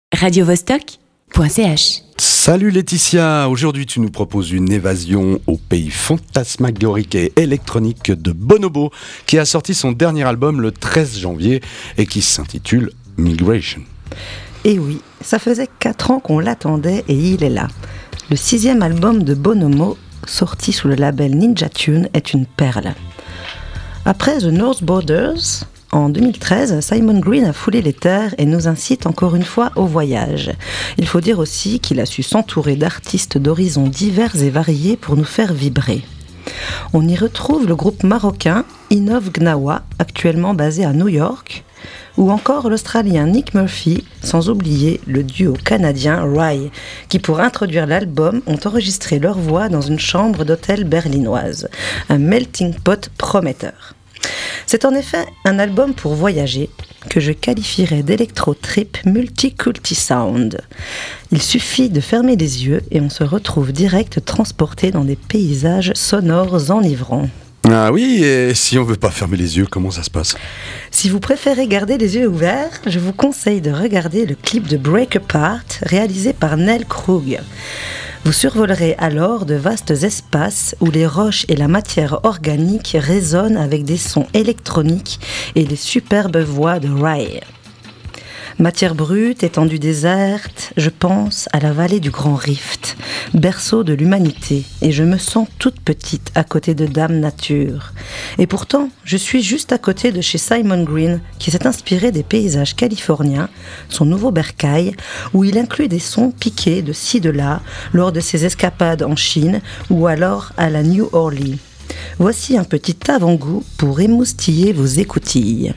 radiovostok.ch. Salut Laetitia, aujourd'hui tu nous proposes une évasion au pays fantasmagorique et électronique de Bonobo qui a sorti son dernier album le 13 janvier et qui s'intitule Migration. Et oui, ça faisait 4 ans qu'on l'attendait et il est là. Le 6e album de Bonobo, sorti sous le label Ninja Tune, est une perle. Après The North Borders, en 2013, Simon Green a foulé les terres et nous incite encore une fois au voyage. Il faut dire aussi qu'il a su s'entourer d'artistes d'horizons divers et variés pour nous faire vibrer. On y retrouve le groupe marocain Innov Gnawa, actuellement basé à New York, ou encore l'Australien Nick Murphy, sans oublier le duo canadien Rye, qui pour introduire l'album ont enregistré leur voix dans une chambre d'hôtel berlinoise. Un melting pot prometteur. C'est en effet un album pour voyager que je qualifierais d'électro-trip multi-culti sound. Il suffit de fermer les yeux et on se retrouve direct transporté dans des paysages sonores enivrants. Ah oui, et si on veut pas fermer les yeux, comment ça se passe ? Si vous préférez garder les yeux ouverts, je vous conseille de regarder le clip de Break Apart réalisé par Nell Krug. Vous survolerez alors de vastes espaces où les roches et la matière organique résonnent avec des sons électroniques et les superbes voix de Rye. Matière brute, étendue déserte, je pense à la vallée du Grand Rift, berceau de l'humanité, et je me sens toute petite à côté de Dame Nature. Et pourtant, je suis juste à côté de chez Simon Green, qui s'est inspiré des paysages californiens, son nouveau bercail, où il inclut des sons piqués de ci de là, lors de ses escapades en Chine, ou alors à la New Orleans. Voici un petit avant-goût pour émoustiller vos écoutilles.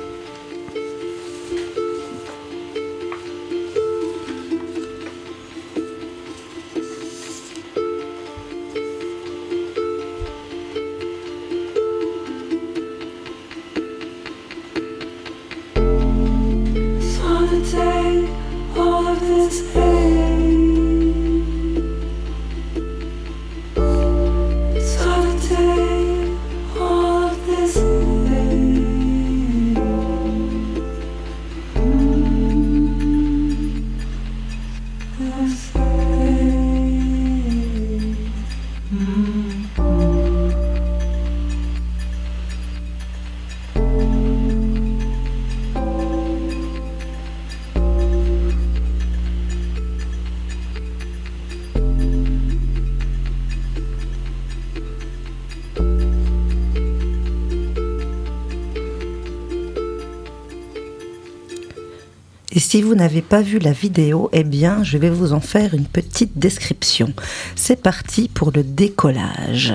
Take all of this pain. It's hard to take all of this pain. This Et si vous n'avez pas vu la vidéo, eh bien, je vais vous en faire une petite description. C'est parti pour le décollage.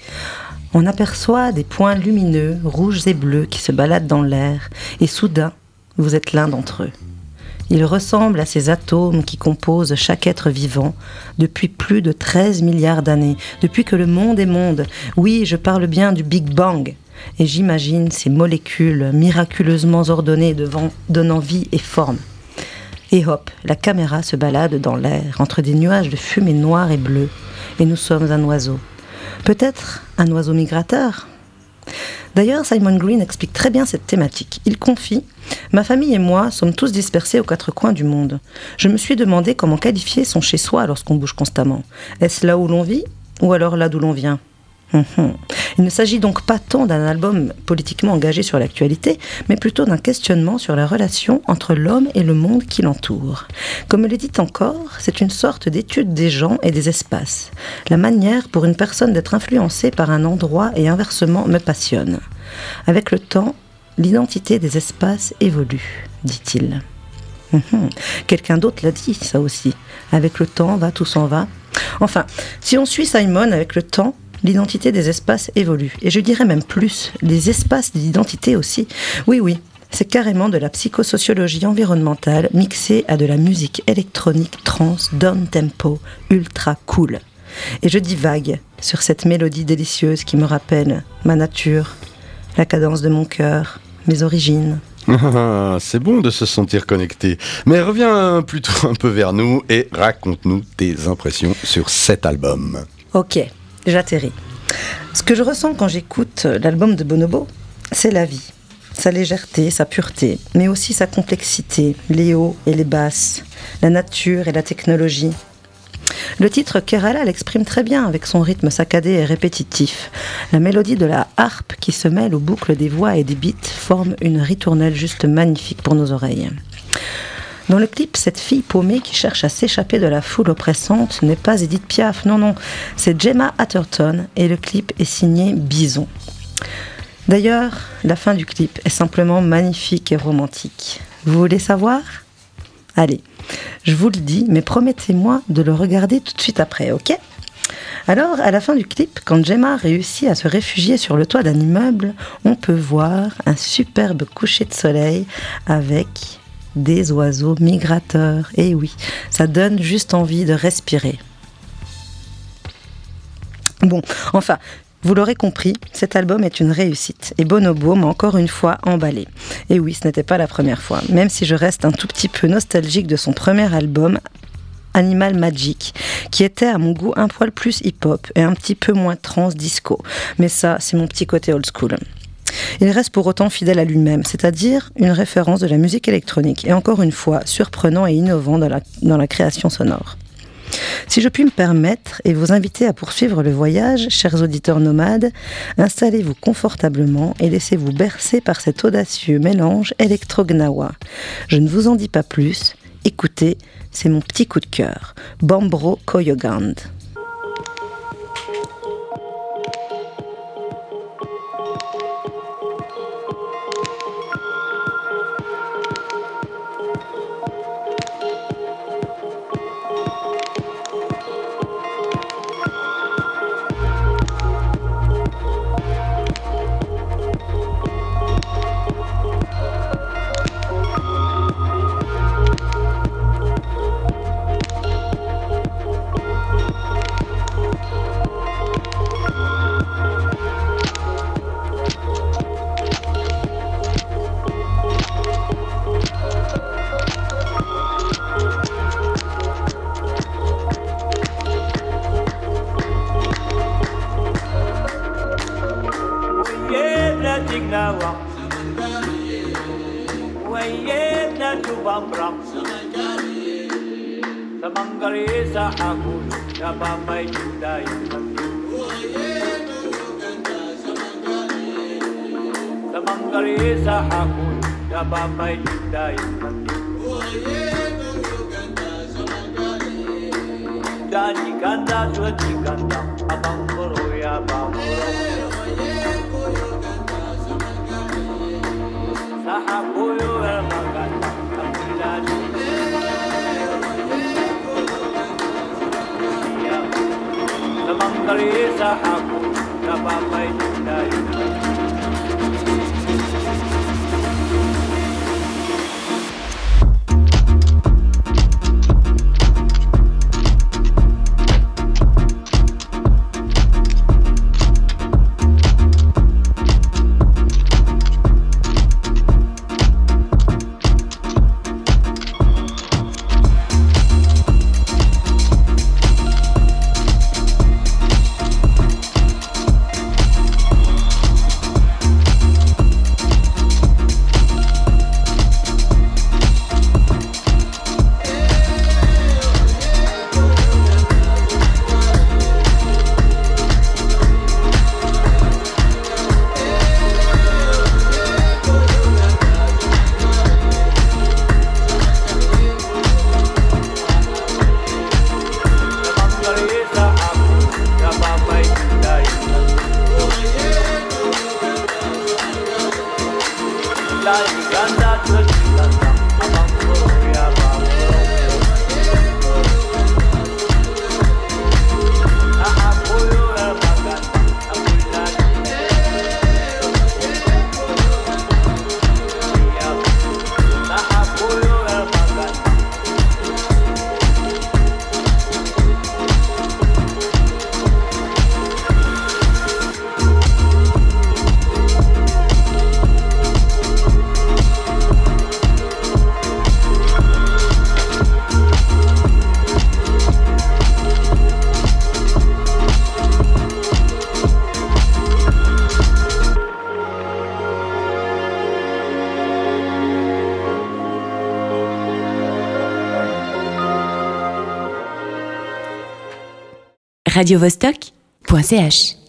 On aperçoit des points lumineux, rouges et bleus, qui se baladent dans l'air, et soudain, vous êtes l'un d'entre eux. Ils ressemblent à ces atomes qui composent chaque être vivant depuis plus de 13 milliards d'années, depuis que le monde est monde. Oui, je parle bien du Big Bang. Et j'imagine ces molécules miraculeusement ordonnées donnant vie et forme. Et hop, la caméra se balade dans l'air, entre des nuages de fumée noire et bleue. Et nous sommes un oiseau. Peut-être un oiseau migrateur ? D'ailleurs, Simon Green explique très bien cette thématique. Il confie « Ma famille et moi sommes tous dispersés aux 4 coins du monde. Je me suis demandé comment qualifier son chez-soi lorsqu'on bouge constamment. Est-ce là où l'on vit ou alors là d'où l'on vient ?» Il ne s'agit donc pas tant d'un album politiquement engagé sur l'actualité, mais plutôt d'un questionnement sur la relation entre l'homme et le monde qui l'entoure. Comme le dit encore, c'est une sorte d'étude des gens et des espaces. La manière pour une personne d'être influencée par un endroit et inversement me passionne. Avec le temps, l'identité des espaces évolue, dit-il. Quelqu'un d'autre l'a dit, ça aussi. Avec le temps, tout s'en va. Enfin, si on suit Simon avec le temps, l'identité des espaces évolue. Et je dirais même plus, les espaces d'identité aussi. Oui, c'est carrément de la psychosociologie environnementale mixée à de la musique électronique trance, down-tempo, ultra cool. Et je divague sur cette mélodie délicieuse qui me rappelle ma nature, la cadence de mon cœur, mes origines. Ah, c'est bon de se sentir connecté. Mais reviens plutôt un peu vers nous et raconte-nous tes impressions sur cet album. Ok. J'atterris. Ce que je ressens quand j'écoute l'album de Bonobo, c'est la vie. Sa légèreté, sa pureté, mais aussi sa complexité, les hauts et les basses. la nature et la technologie. Le titre Kerala l'exprime très bien avec son rythme saccadé et répétitif. La mélodie de la harpe qui se mêle aux boucles des voix et des beats forme une ritournelle juste magnifique pour nos oreilles. Dans le clip, cette fille paumée qui cherche à s'échapper de la foule oppressante n'est pas Edith Piaf, non, c'est Gemma Atherton et le clip est signé Bison. D'ailleurs, la fin du clip est simplement magnifique et romantique. Vous voulez savoir ? Allez, je vous le dis, mais promettez-moi de le regarder tout de suite après, ok ? Alors, à la fin du clip, quand Gemma réussit à se réfugier sur le toit d'un immeuble, on peut voir un superbe coucher de soleil avec des oiseaux migrateurs. Et oui, ça donne juste envie de respirer. Bon, enfin, vous l'aurez compris, cet album est une réussite. Et Bonobo m'a encore une fois emballé. Et oui, ce n'était pas la première fois, même si je reste un tout petit peu nostalgique de son premier album, Animal Magic, qui était à mon goût un poil plus hip-hop et un petit peu moins trance disco. Mais ça, c'est mon petit côté old school. Il reste pour autant fidèle à lui-même, c'est-à-dire une référence de la musique électronique, et encore une fois, surprenant et innovant dans la création sonore. Si je puis me permettre et vous inviter à poursuivre le voyage, chers auditeurs nomades, installez-vous confortablement et laissez-vous bercer par cet audacieux mélange électro-gnawa. Je ne vous en dis pas plus, écoutez, c'est mon petit coup de cœur, Bambro Koyogand. radiovostok.ch